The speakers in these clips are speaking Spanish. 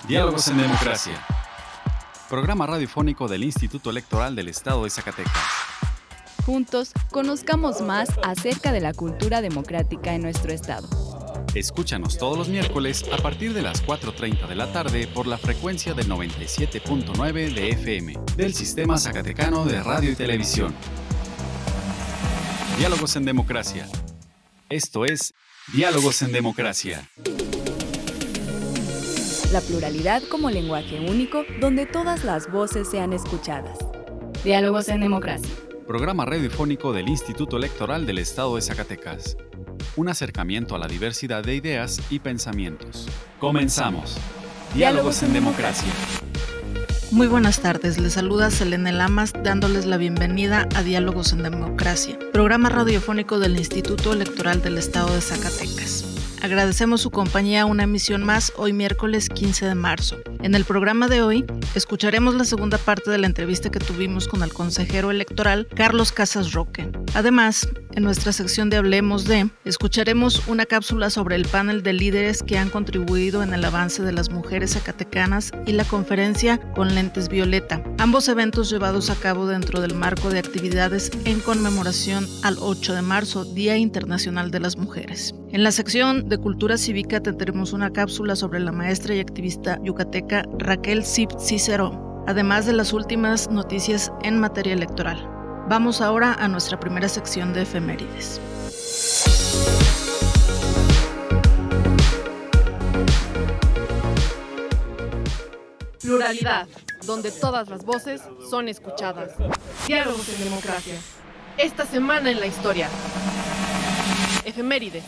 Diálogos en Democracia. Programa radiofónico del Instituto Electoral del Estado de Zacatecas. Juntos, conozcamos más acerca de la cultura democrática en nuestro estado. Escúchanos todos los miércoles a partir de las 4:30 de la tarde por la frecuencia del 97.9 de FM del Sistema Zacatecano de Radio y Televisión. Diálogos en Democracia. Esto es Diálogos en Democracia. La pluralidad como lenguaje único donde todas las voces sean escuchadas. Diálogos en Democracia. Programa radiofónico del Instituto Electoral del Estado de Zacatecas. Un acercamiento a la diversidad de ideas y pensamientos. Comenzamos. Diálogos en Democracia. Muy buenas tardes, les saluda Selene Lamas dándoles la bienvenida a Diálogos en Democracia, programa radiofónico del Instituto Electoral del Estado de Zacatecas. Agradecemos su compañía a una emisión más hoy miércoles 15 de marzo. En el programa de hoy escucharemos la segunda parte de la entrevista que tuvimos con el consejero electoral Carlos Casas Roque. Además, en nuestra sección de Hablemos de, escucharemos una cápsula sobre el panel de líderes que han contribuido en el avance de las mujeres zacatecanas y la conferencia Con Lentes Violeta, ambos eventos llevados a cabo dentro del marco de actividades en conmemoración al 8 de marzo, Día Internacional de las Mujeres. En la sección de Cultura Cívica tendremos una cápsula sobre la maestra y activista yucateca Raquel Cip Cicero, además de las últimas noticias en materia electoral. Vamos ahora a nuestra primera sección de efemérides. Pluralidad, donde todas las voces son escuchadas. Diálogos en Democracia. Esta semana en la historia. Efemérides.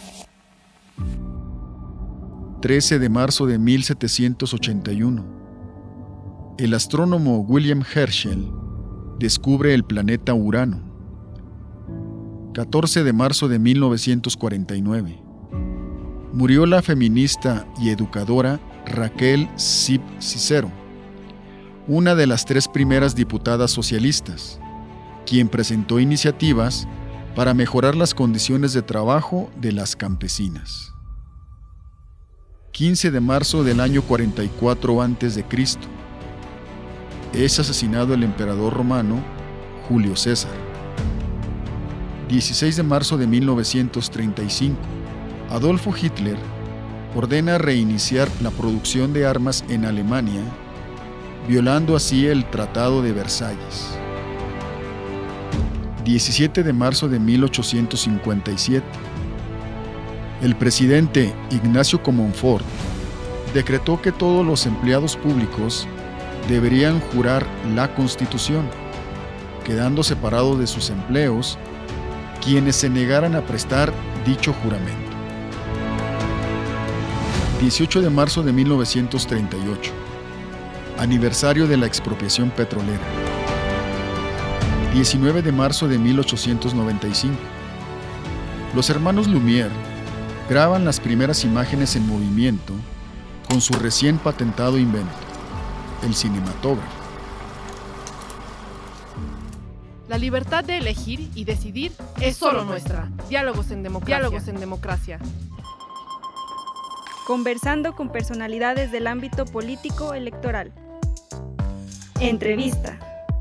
13 de marzo de 1781. El astrónomo William Herschel descubre el planeta Urano. 14 de marzo de 1949. Murió la feminista y educadora Raquel Cip Cicero, una de las 3 primeras diputadas socialistas, quien presentó iniciativas para mejorar las condiciones de trabajo de las campesinas. 15 de marzo del año 44 a.C. Es asesinado el emperador romano Julio César. 16 de marzo de 1935. Adolfo Hitler ordena reiniciar la producción de armas en Alemania, violando así el Tratado de Versalles. 17 de marzo de 1857. El presidente Ignacio Comonfort decretó que todos los empleados públicos deberían jurar la Constitución, quedando separados de sus empleos quienes se negaran a prestar dicho juramento. 18 de marzo de 1938, aniversario de la expropiación petrolera. 19 de marzo de 1895, los hermanos Lumière graban las primeras imágenes en movimiento con su recién patentado invento, el cinematógrafo. La libertad de elegir y decidir es solo nuestra. Diálogos en Democracia. Diálogos en Democracia. Conversando con personalidades del ámbito político electoral. Entrevista.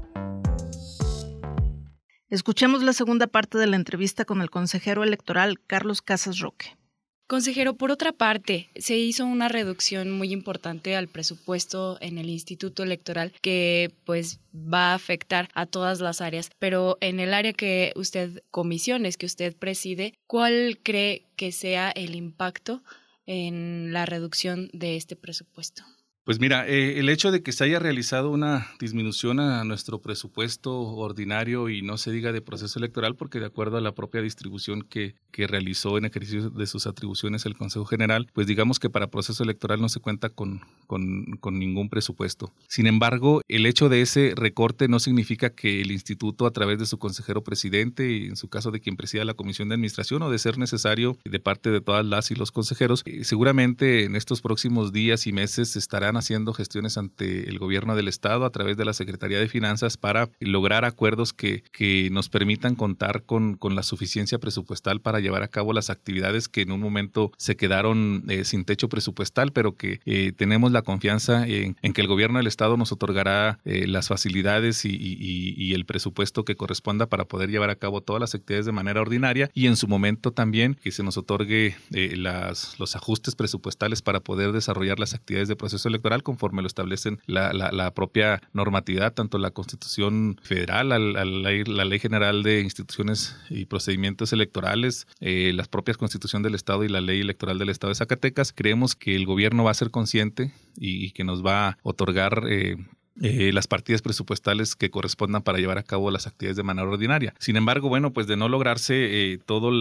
Escuchemos la segunda parte de la entrevista con el consejero electoral Carlos Casas Roque. Consejero, por otra parte, se hizo una reducción muy importante al presupuesto en el Instituto Electoral que pues va a afectar a todas las áreas, pero en el área comisiones que usted preside, ¿cuál cree que sea el impacto en la reducción de este presupuesto? Pues mira, el hecho de que se haya realizado una disminución a nuestro presupuesto ordinario y no se diga de proceso electoral, porque de acuerdo a la propia distribución que realizó en ejercicio de sus atribuciones el Consejo General, pues digamos que para proceso electoral no se cuenta con ningún presupuesto. Sin embargo, el hecho de ese recorte no significa que el instituto, a través de su consejero presidente y en su caso de quien presida la comisión de administración o de ser necesario de parte de todas las y los consejeros, seguramente en estos próximos días y meses estarán haciendo gestiones ante el gobierno del estado a través de la Secretaría de Finanzas para lograr acuerdos que nos permitan contar con la suficiencia presupuestal para llevar a cabo las actividades que en un momento se quedaron sin techo presupuestal, pero que tenemos la confianza en que el gobierno del estado nos otorgará las facilidades y el presupuesto que corresponda para poder llevar a cabo todas las actividades de manera ordinaria, y en su momento también que se nos otorgue los ajustes presupuestales para poder desarrollar las actividades de proceso electoral conforme lo establecen la propia normatividad, tanto la Constitución Federal, la Ley General de Instituciones y Procedimientos Electorales, la propia Constitución del Estado y la Ley Electoral del Estado de Zacatecas. Creemos que el gobierno va a ser consciente y que nos va a otorgar las partidas presupuestales que correspondan para llevar a cabo las actividades de manera ordinaria. Sin embargo, bueno, pues de no lograrse todo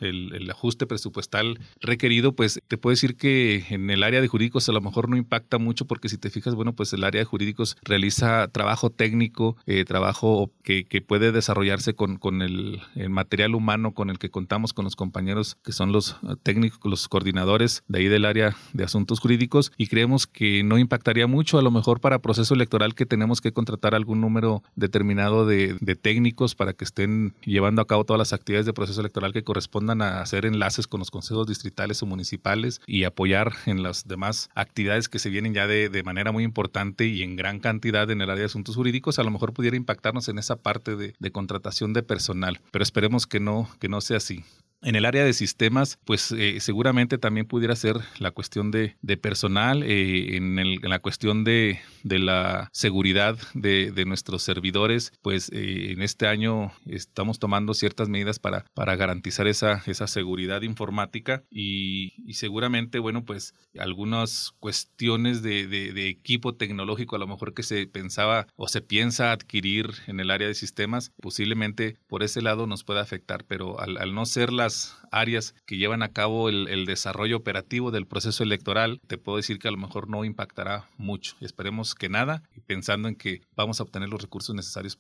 el ajuste presupuestal requerido, pues te puedo decir que en el área de jurídicos a lo mejor no impacta mucho, porque si te fijas, bueno, pues el área de jurídicos realiza trabajo técnico, trabajo que puede desarrollarse con el material humano con el que contamos con los compañeros que son los técnicos, los coordinadores de ahí del área de asuntos jurídicos, y creemos que no impactaría mucho. A lo mejor para proceso electoral que tenemos que contratar algún número determinado de técnicos para que estén llevando a cabo todas las actividades de proceso electoral que correspondan a hacer enlaces con los consejos distritales o municipales y apoyar en las demás actividades que se vienen ya de manera muy importante y en gran cantidad en el área de asuntos jurídicos. A lo mejor pudiera impactarnos en esa parte de contratación de personal, pero esperemos que no sea así. En el área de sistemas, pues seguramente también pudiera ser la cuestión de personal, en la cuestión de la seguridad de nuestros servidores, pues en este año estamos tomando ciertas medidas para garantizar esa seguridad informática y seguramente, bueno, pues algunas cuestiones de equipo tecnológico a lo mejor que se pensaba o se piensa adquirir en el área de sistemas, posiblemente por ese lado nos pueda afectar, pero al no ser las áreas que llevan a cabo el desarrollo operativo del proceso electoral, te puedo decir que a lo mejor no impactará mucho. Esperemos que nada, pensando en que vamos a obtener los recursos necesarios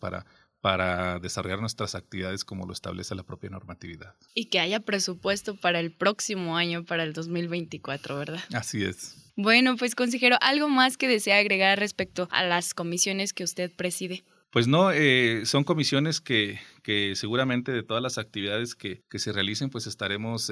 para desarrollar nuestras actividades como lo establece la propia normatividad. Y que haya presupuesto para el próximo año, para el 2024, ¿verdad? Así es. Bueno, pues consejero, ¿algo más que desea agregar respecto a las comisiones que usted preside? Pues no, son comisiones que seguramente de todas las actividades que se realicen, pues estaremos,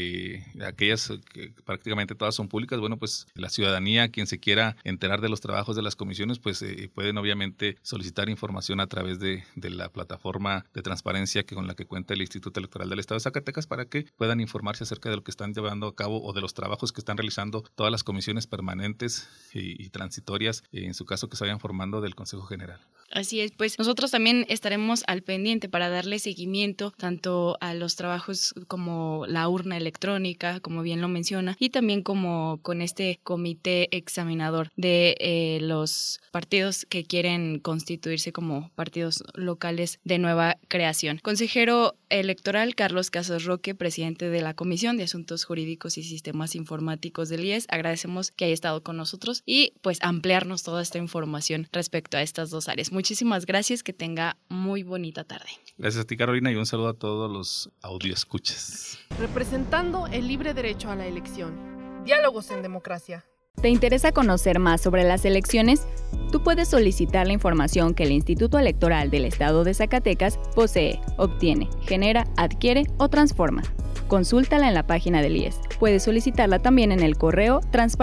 aquellas que prácticamente todas son públicas, bueno, pues la ciudadanía, quien se quiera enterar de los trabajos de las comisiones, pues pueden obviamente solicitar información a través de la plataforma de transparencia con la que cuenta el Instituto Electoral del Estado de Zacatecas, para que puedan informarse acerca de lo que están llevando a cabo o de los trabajos que están realizando todas las comisiones permanentes y transitorias, en su caso que se vayan formando del Consejo General. Así es, pues nosotros también estaremos al pendiente para darle seguimiento tanto a los trabajos como la urna electrónica, como bien lo menciona, y también como con este comité examinador de los partidos que quieren constituirse como partidos locales de nueva creación. Consejero electoral Carlos Casas Roque, presidente de la Comisión de Asuntos Jurídicos y Sistemas Informáticos del IES, agradecemos que haya estado con nosotros y pues ampliarnos toda esta información respecto a estas dos áreas. Muchísimas gracias, que tenga muy bonita tarde. Gracias a ti, Carolina, y un saludo a todos los audioescuchas. Representando el libre derecho a la elección. Diálogos en democracia. ¿Te interesa conocer más sobre las elecciones? Tú puedes solicitar la información que el Instituto Electoral del Estado de Zacatecas posee, obtiene, genera, adquiere o transforma. Consúltala en la página del IES. Puedes solicitarla también en el correo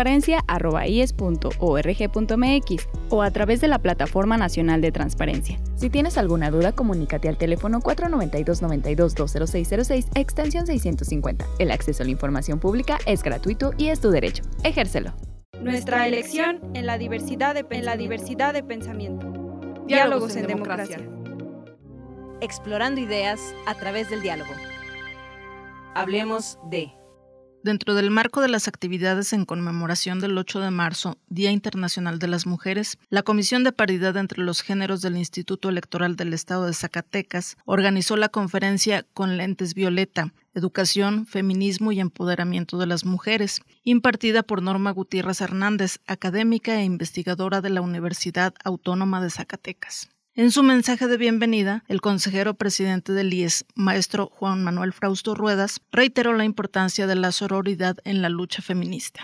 transparencia@ies.org.mx o a través de la Plataforma Nacional de Transparencia. Si tienes alguna duda, comunícate al teléfono 492-92-20606, extensión 650. El acceso a la información pública es gratuito y es tu derecho. Ejércelo. Nuestra elección en la diversidad de pensamiento. Diálogos en democracia. Explorando ideas a través del diálogo. Hablemos de... Dentro del marco de las actividades en conmemoración del 8 de marzo, Día Internacional de las Mujeres, la Comisión de Paridad entre los Géneros del Instituto Electoral del Estado de Zacatecas organizó la conferencia Con Lentes Violeta, Educación, Feminismo y Empoderamiento de las Mujeres, impartida por Norma Gutiérrez Hernández, académica e investigadora de la Universidad Autónoma de Zacatecas. En su mensaje de bienvenida, el consejero presidente del IES, maestro Juan Manuel Frausto Ruedas, reiteró la importancia de la sororidad en la lucha feminista.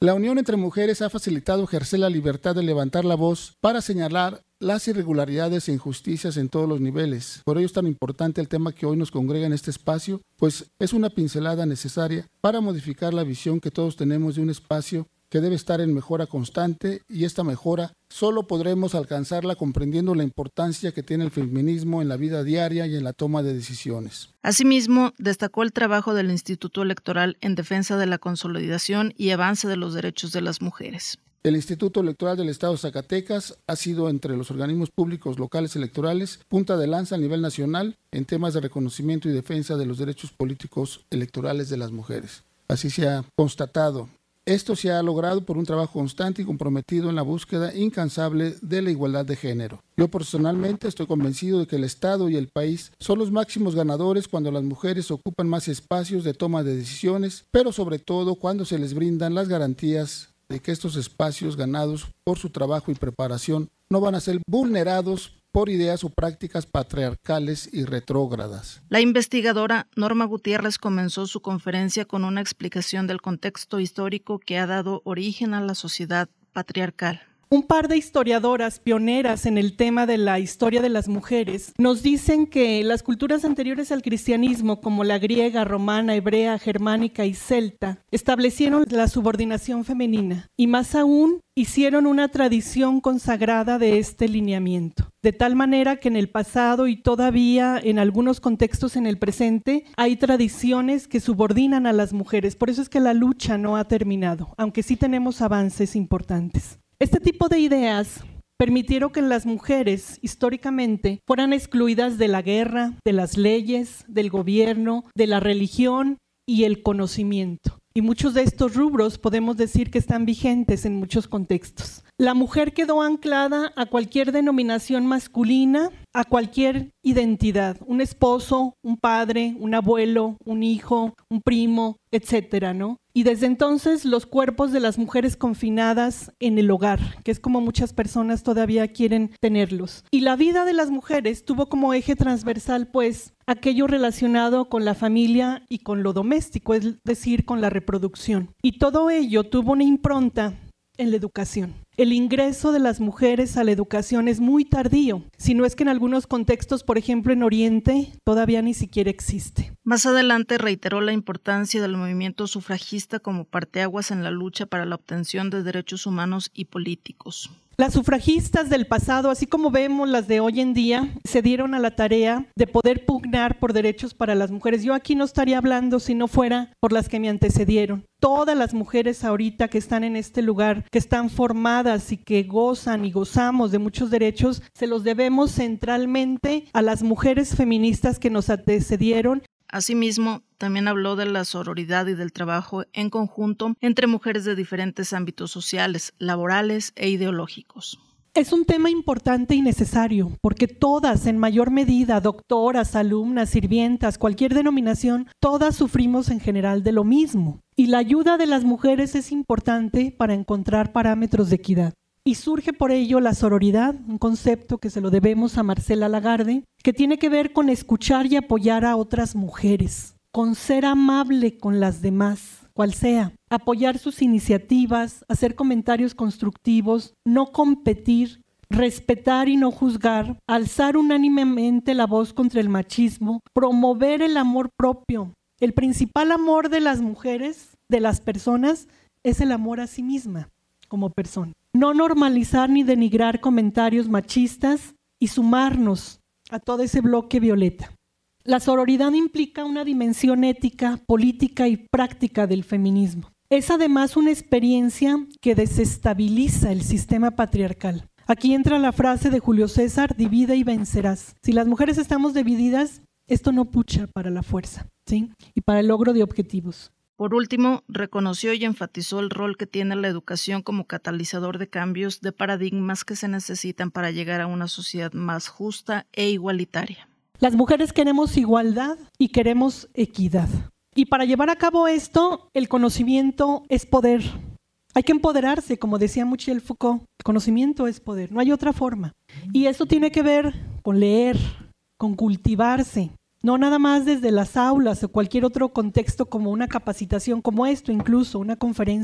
La unión entre mujeres ha facilitado ejercer la libertad de levantar la voz para señalar las irregularidades e injusticias en todos los niveles. Por ello es tan importante el tema que hoy nos congrega en este espacio, pues es una pincelada necesaria para modificar la visión que todos tenemos de un espacio que debe estar en mejora constante, y esta mejora solo podremos alcanzarla comprendiendo la importancia que tiene el feminismo en la vida diaria y en la toma de decisiones. Asimismo, destacó el trabajo del Instituto Electoral en defensa de la consolidación y avance de los derechos de las mujeres. El Instituto Electoral del Estado de Zacatecas ha sido entre los organismos públicos locales electorales punta de lanza a nivel nacional en temas de reconocimiento y defensa de los derechos políticos electorales de las mujeres. Así se ha constatado. Esto se ha logrado por un trabajo constante y comprometido en la búsqueda incansable de la igualdad de género. Yo personalmente estoy convencido de que el Estado y el país son los máximos ganadores cuando las mujeres ocupan más espacios de toma de decisiones, pero sobre todo cuando se les brindan las garantías de que estos espacios ganados por su trabajo y preparación no van a ser vulnerados por ideas o prácticas patriarcales y retrógradas. La investigadora Norma Gutiérrez comenzó su conferencia con una explicación del contexto histórico que ha dado origen a la sociedad patriarcal. Un par de historiadoras pioneras en el tema de la historia de las mujeres nos dicen que las culturas anteriores al cristianismo, como la griega, romana, hebrea, germánica y celta, establecieron la subordinación femenina y más aún hicieron una tradición consagrada de este lineamiento. De tal manera que en el pasado y todavía en algunos contextos en el presente hay tradiciones que subordinan a las mujeres. Por eso es que la lucha no ha terminado, aunque sí tenemos avances importantes. Este tipo de ideas permitieron que las mujeres históricamente fueran excluidas de la guerra, de las leyes, del gobierno, de la religión y el conocimiento. Y muchos de estos rubros podemos decir que están vigentes en muchos contextos. La mujer quedó anclada a cualquier denominación masculina, a cualquier identidad, un esposo, un padre, un abuelo, un hijo, un primo, etcétera, ¿no? Y desde entonces los cuerpos de las mujeres confinadas en el hogar, que es como muchas personas todavía quieren tenerlos. Y la vida de las mujeres tuvo como eje transversal, pues, aquello relacionado con la familia y con lo doméstico, es decir, con la reproducción. Y todo ello tuvo una impronta en la educación. El ingreso de las mujeres a la educación es muy tardío, si no es que en algunos contextos, por ejemplo en Oriente, todavía ni siquiera existe. Más adelante reiteró la importancia del movimiento sufragista como parteaguas en la lucha para la obtención de derechos humanos y políticos. Las sufragistas del pasado, así como vemos las de hoy en día, se dieron a la tarea de poder pugnar por derechos para las mujeres. Yo aquí no estaría hablando si no fuera por las que me antecedieron. Todas las mujeres ahorita que están en este lugar, que están formadas y que gozan y gozamos de muchos derechos, se los debemos centralmente a las mujeres feministas que nos antecedieron. Asimismo, también habló de la sororidad y del trabajo en conjunto entre mujeres de diferentes ámbitos sociales, laborales e ideológicos. Es un tema importante y necesario, porque todas, en mayor medida, doctoras, alumnas, sirvientas, cualquier denominación, todas sufrimos en general de lo mismo. Y la ayuda de las mujeres es importante para encontrar parámetros de equidad. Y surge por ello la sororidad, un concepto que se lo debemos a Marcela Lagarde, que tiene que ver con escuchar y apoyar a otras mujeres, con ser amable con las demás, cual sea, apoyar sus iniciativas, hacer comentarios constructivos, no competir, respetar y no juzgar, alzar unánimemente la voz contra el machismo, promover el amor propio. El principal amor de las mujeres, de las personas, es el amor a sí misma como persona. No normalizar ni denigrar comentarios machistas y sumarnos a todo ese bloque violeta. La sororidad implica una dimensión ética, política y práctica del feminismo. Es además una experiencia que desestabiliza el sistema patriarcal. Aquí entra la frase de Julio César, divide y vencerás. Si las mujeres estamos divididas, esto no pucha para la fuerza, ¿sí? Y para el logro de objetivos. Por último, reconoció y enfatizó el rol que tiene la educación como catalizador de cambios de paradigmas que se necesitan para llegar a una sociedad más justa e igualitaria. Las mujeres queremos igualdad y queremos equidad. Y para llevar a cabo esto, el conocimiento es poder. Hay que empoderarse, como decía Michel Foucault. El conocimiento es poder, no hay otra forma. Y eso tiene que ver con leer, con cultivarse. No nada más desde las aulas o cualquier otro contexto como una capacitación como esto, incluso una conferencia.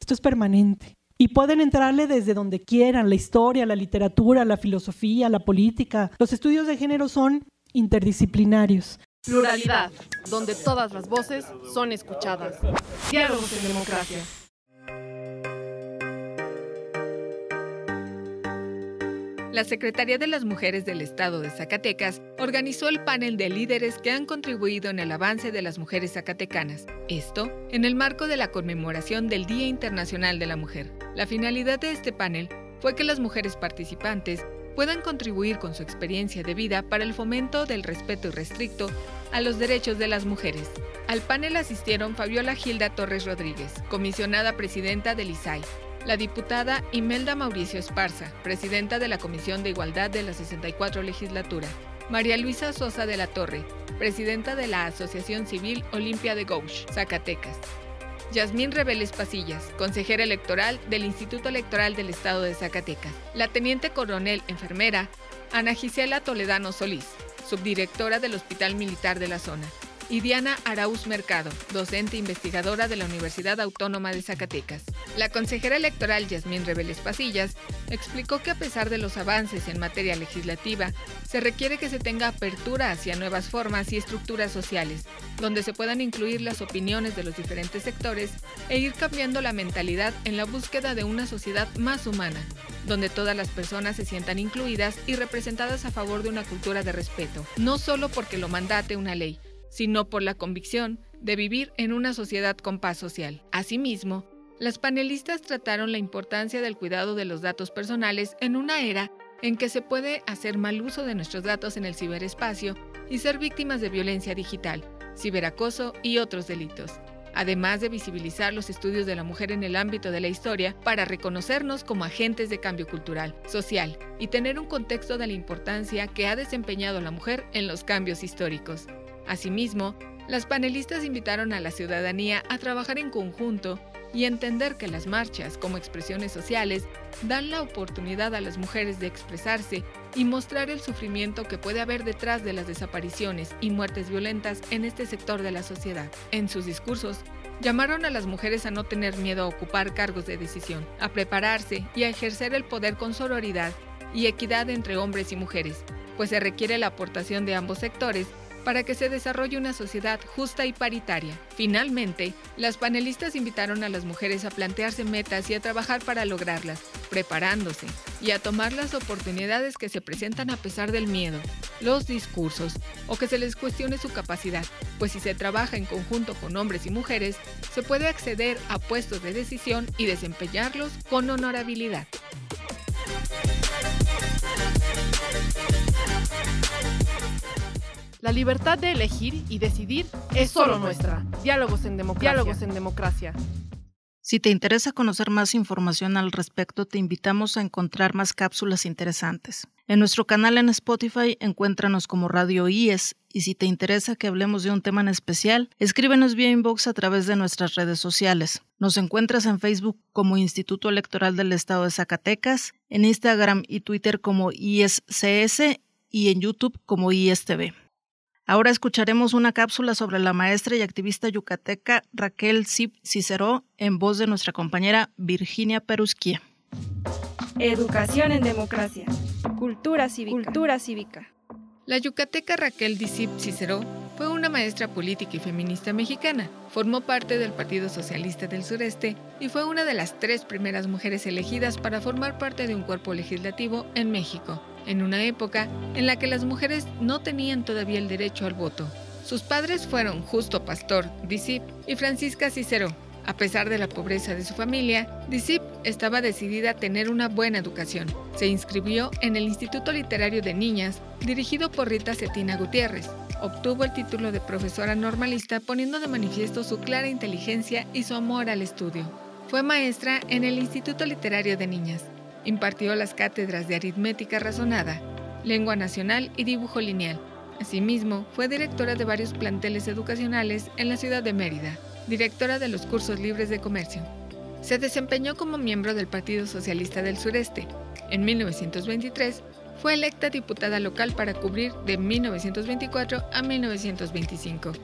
Esto es permanente. Y pueden entrarle desde donde quieran, la historia, la literatura, la filosofía, la política. Los estudios de género son interdisciplinarios. Pluralidad, donde todas las voces son escuchadas. Diálogos en democracia. La Secretaría de las Mujeres del Estado de Zacatecas organizó el panel de líderes que han contribuido en el avance de las mujeres zacatecanas. Esto en el marco de la conmemoración del Día Internacional de la Mujer. La finalidad de este panel fue que las mujeres participantes puedan contribuir con su experiencia de vida para el fomento del respeto irrestricto a los derechos de las mujeres. Al panel asistieron Fabiola Gilda Torres Rodríguez, comisionada presidenta del ISAI, la diputada Imelda Mauricio Esparza, presidenta de la Comisión de Igualdad de la 64 Legislatura, María Luisa Sosa de la Torre, presidenta de la Asociación Civil Olimpia de Gouche, Zacatecas, Yasmín Reveles Pasillas, consejera electoral del Instituto Electoral del Estado de Zacatecas, la teniente coronel enfermera Ana Gisela Toledano Solís, subdirectora del Hospital Militar de la zona, y Diana Arauz Mercado, docente investigadora de la Universidad Autónoma de Zacatecas. La consejera electoral Yasmín Reveles Pasillas explicó que a pesar de los avances en materia legislativa, se requiere que se tenga apertura hacia nuevas formas y estructuras sociales, donde se puedan incluir las opiniones de los diferentes sectores e ir cambiando la mentalidad en la búsqueda de una sociedad más humana, donde todas las personas se sientan incluidas y representadas a favor de una cultura de respeto, no solo porque lo mandate una ley, sino por la convicción de vivir en una sociedad con paz social. Asimismo, las panelistas trataron la importancia del cuidado de los datos personales en una era en que se puede hacer mal uso de nuestros datos en el ciberespacio y ser víctimas de violencia digital, ciberacoso y otros delitos, además de visibilizar los estudios de la mujer en el ámbito de la historia para reconocernos como agentes de cambio cultural, social y tener un contexto de la importancia que ha desempeñado la mujer en los cambios históricos. Asimismo, las panelistas invitaron a la ciudadanía a trabajar en conjunto y entender que las marchas, como expresiones sociales, dan la oportunidad a las mujeres de expresarse y mostrar el sufrimiento que puede haber detrás de las desapariciones y muertes violentas en este sector de la sociedad. En sus discursos, llamaron a las mujeres a no tener miedo a ocupar cargos de decisión, a prepararse y a ejercer el poder con sororidad y equidad entre hombres y mujeres, pues se requiere la aportación de ambos sectores para que se desarrolle una sociedad justa y paritaria. Finalmente, las panelistas invitaron a las mujeres a plantearse metas y a trabajar para lograrlas, preparándose y a tomar las oportunidades que se presentan a pesar del miedo, los discursos o que se les cuestione su capacidad, pues si se trabaja en conjunto con hombres y mujeres, se puede acceder a puestos de decisión y desempeñarlos con honorabilidad. La libertad de elegir y decidir es solo nuestra. Diálogos en democracia. Diálogos en democracia. Si te interesa conocer más información al respecto, te invitamos a encontrar más cápsulas interesantes. En nuestro canal en Spotify, encuéntranos como Radio IES, y si te interesa que hablemos de un tema en especial, escríbenos vía inbox a través de nuestras redes sociales. Nos encuentras en Facebook como Instituto Electoral del Estado de Zacatecas, en Instagram y Twitter como IESCS y en YouTube como IESTV. Ahora escucharemos una cápsula sobre la maestra y activista yucateca Raquel Zip Ciceró en voz de nuestra compañera Virginia Perusquía. Educación en democracia. Cultura cívica. Cultura cívica. La yucateca Raquel Zip Ciceró fue una maestra política y feminista mexicana. Formó parte del Partido Socialista del Sureste y fue una de las 3 primeras mujeres elegidas para formar parte de un cuerpo legislativo en México, en una época en la que las mujeres no tenían todavía el derecho al voto. Sus padres fueron Justo Pastor Zip y Francisca Ciceró. A pesar de la pobreza de su familia, Zip estaba decidida a tener una buena educación. Se inscribió en el Instituto Literario de Niñas, dirigido por Rita Cetina Gutiérrez. Obtuvo el título de profesora normalista, poniendo de manifiesto su clara inteligencia y su amor al estudio. Fue maestra en el Instituto Literario de Niñas. Impartió las cátedras de aritmética razonada, lengua nacional y dibujo lineal. Asimismo, fue directora de varios planteles educacionales en la ciudad de Mérida, directora de los cursos libres de comercio. Se desempeñó como miembro del Partido Socialista del Sureste. En 1923, fue electa diputada local para cubrir de 1924 a 1925.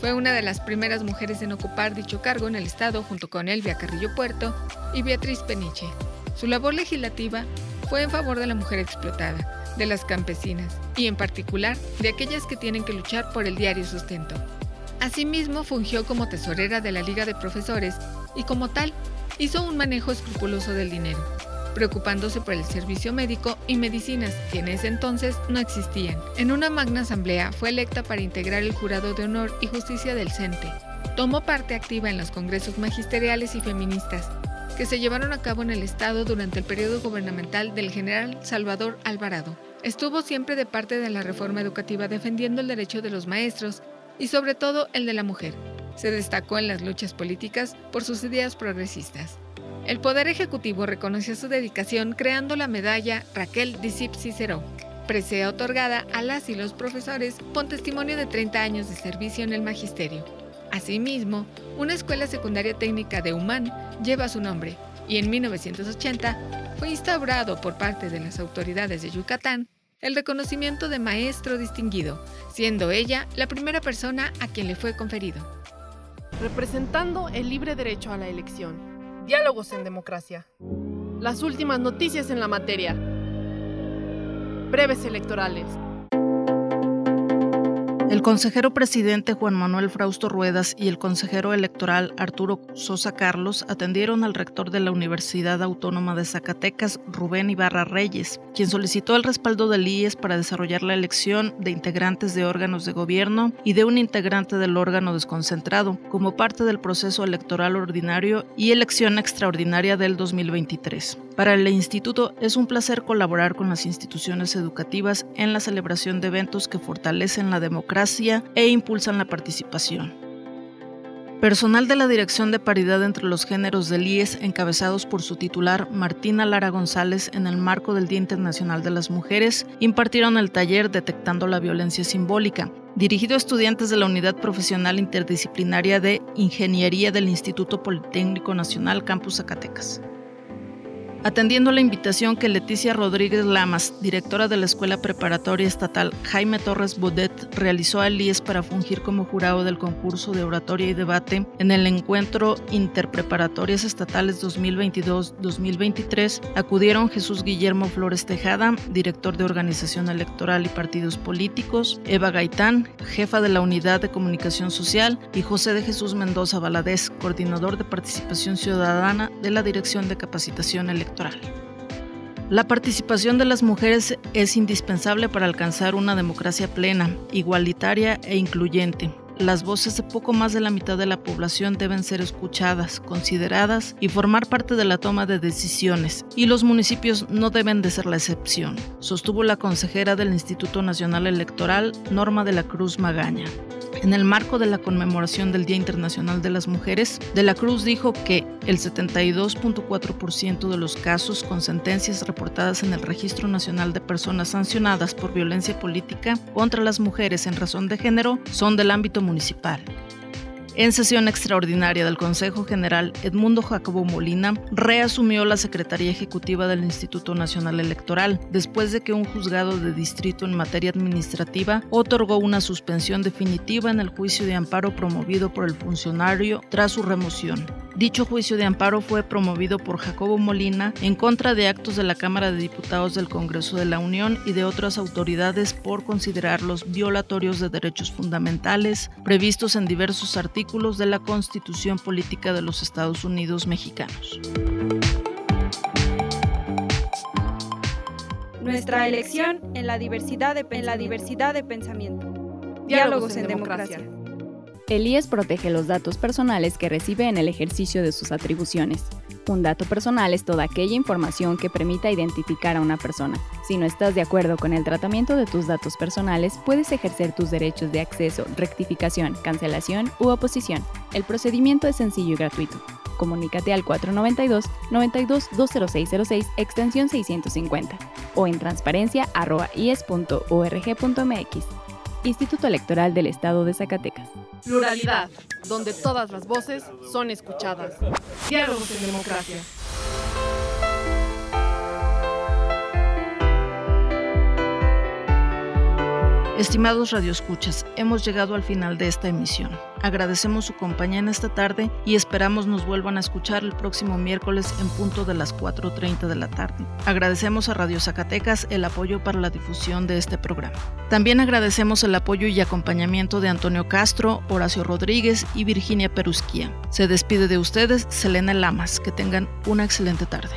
Fue una de las primeras mujeres en ocupar dicho cargo en el Estado junto con Elvia Carrillo Puerto y Beatriz Peniche. Su labor legislativa fue en favor de la mujer explotada, de las campesinas y en particular de aquellas que tienen que luchar por el diario sustento. Asimismo, fungió como tesorera de la Liga de Profesores y como tal hizo un manejo escrupuloso del dinero, preocupándose por el servicio médico y medicinas que en ese entonces no existían. En una magna asamblea fue electa para integrar el Jurado de Honor y Justicia del CENTE. Tomó parte activa en los congresos magisteriales y feministas que se llevaron a cabo en el Estado durante el periodo gubernamental del general Salvador Alvarado. Estuvo siempre de parte de la reforma educativa defendiendo el derecho de los maestros y sobre todo el de la mujer. Se destacó en las luchas políticas por sus ideas progresistas. El Poder Ejecutivo reconoció su dedicación creando la medalla Raquel Dicip Cicero, presea otorgada a las y los profesores con testimonio de 30 años de servicio en el magisterio. Asimismo, una escuela secundaria técnica de Humán lleva su nombre y en 1980 fue instaurado por parte de las autoridades de Yucatán el reconocimiento de maestro distinguido, siendo ella la primera persona a quien le fue conferido. Representando el libre derecho a la elección. Diálogos en democracia. Las últimas noticias en la materia. Breves electorales. El consejero presidente Juan Manuel Frausto Ruedas y el consejero electoral Arturo Sosa Carlos atendieron al rector de la Universidad Autónoma de Zacatecas, Rubén Ibarra Reyes, quien solicitó el respaldo del IES para desarrollar la elección de integrantes de órganos de gobierno y de un integrante del órgano desconcentrado, como parte del proceso electoral ordinario y elección extraordinaria del 2023. Para el instituto es un placer colaborar con las instituciones educativas en la celebración de eventos que fortalecen la democracia e impulsan la participación. Personal de la Dirección de Paridad entre los Géneros del IES, encabezados por su titular Martina Lara González, en el marco del Día Internacional de las Mujeres, impartieron el taller Detectando la Violencia Simbólica, dirigido a estudiantes de la Unidad Profesional Interdisciplinaria de Ingeniería del Instituto Politécnico Nacional Campus Zacatecas. Atendiendo la invitación que Leticia Rodríguez Lamas, directora de la Escuela Preparatoria Estatal Jaime Torres Bodet, realizó al IES para fungir como jurado del concurso de oratoria y debate en el encuentro Interpreparatorias Estatales 2022-2023, acudieron Jesús Guillermo Flores Tejada, director de Organización Electoral y Partidos Políticos, Eva Gaitán, jefa de la Unidad de Comunicación Social, y José de Jesús Mendoza Valadez, coordinador de Participación Ciudadana de la Dirección de Capacitación Electoral. La participación de las mujeres es indispensable para alcanzar una democracia plena, igualitaria e incluyente. Las voces de poco más de la mitad de la población deben ser escuchadas, consideradas y formar parte de la toma de decisiones, y los municipios no deben de ser la excepción, sostuvo la consejera del Instituto Nacional Electoral, Norma de la Cruz Magaña. En el marco de la conmemoración del Día Internacional de las Mujeres, De la Cruz dijo que el 72.4% de los casos con sentencias reportadas en el Registro Nacional de Personas Sancionadas por Violencia Política contra las mujeres en razón de género son del ámbito municipal. En sesión extraordinaria del Consejo General, Edmundo Jacobo Molina reasumió la Secretaría Ejecutiva del Instituto Nacional Electoral, después de que un juzgado de distrito en materia administrativa otorgó una suspensión definitiva en el juicio de amparo promovido por el funcionario tras su remoción. Dicho juicio de amparo fue promovido por Jacobo Molina en contra de actos de la Cámara de Diputados del Congreso de la Unión y de otras autoridades por considerarlos violatorios de derechos fundamentales previstos en diversos artículos de la Constitución Política de los Estados Unidos Mexicanos. Nuestra elección en la diversidad de pensamiento. Diálogos en democracia. El IES protege los datos personales que recibe en el ejercicio de sus atribuciones. Un dato personal es toda aquella información que permita identificar a una persona. Si no estás de acuerdo con el tratamiento de tus datos personales, puedes ejercer tus derechos de acceso, rectificación, cancelación u oposición. El procedimiento es sencillo y gratuito. Comunícate al 492-92-20606, extensión 650, o en transparencia@ies.org.mx. Instituto Electoral del Estado de Zacatecas. Pluralidad, donde todas las voces son escuchadas. Diálogos en democracia. Estimados radioescuchas, hemos llegado al final de esta emisión. Agradecemos su compañía en esta tarde y esperamos nos vuelvan a escuchar el próximo miércoles en punto de las 4:30 de la tarde. Agradecemos a Radio Zacatecas el apoyo para la difusión de este programa. También agradecemos el apoyo y acompañamiento de Antonio Castro, Horacio Rodríguez y Virginia Perusquía. Se despide de ustedes Selena Lamas. Que tengan una excelente tarde.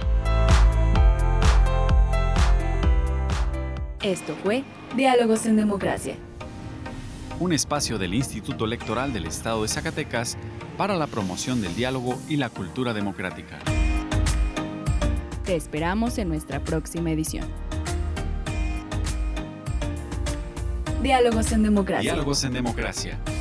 Esto fue Diálogos en Democracia. Un espacio del Instituto Electoral del Estado de Zacatecas para la promoción del diálogo y la cultura democrática. Te esperamos en nuestra próxima edición. Diálogos en Democracia. Diálogos en Democracia.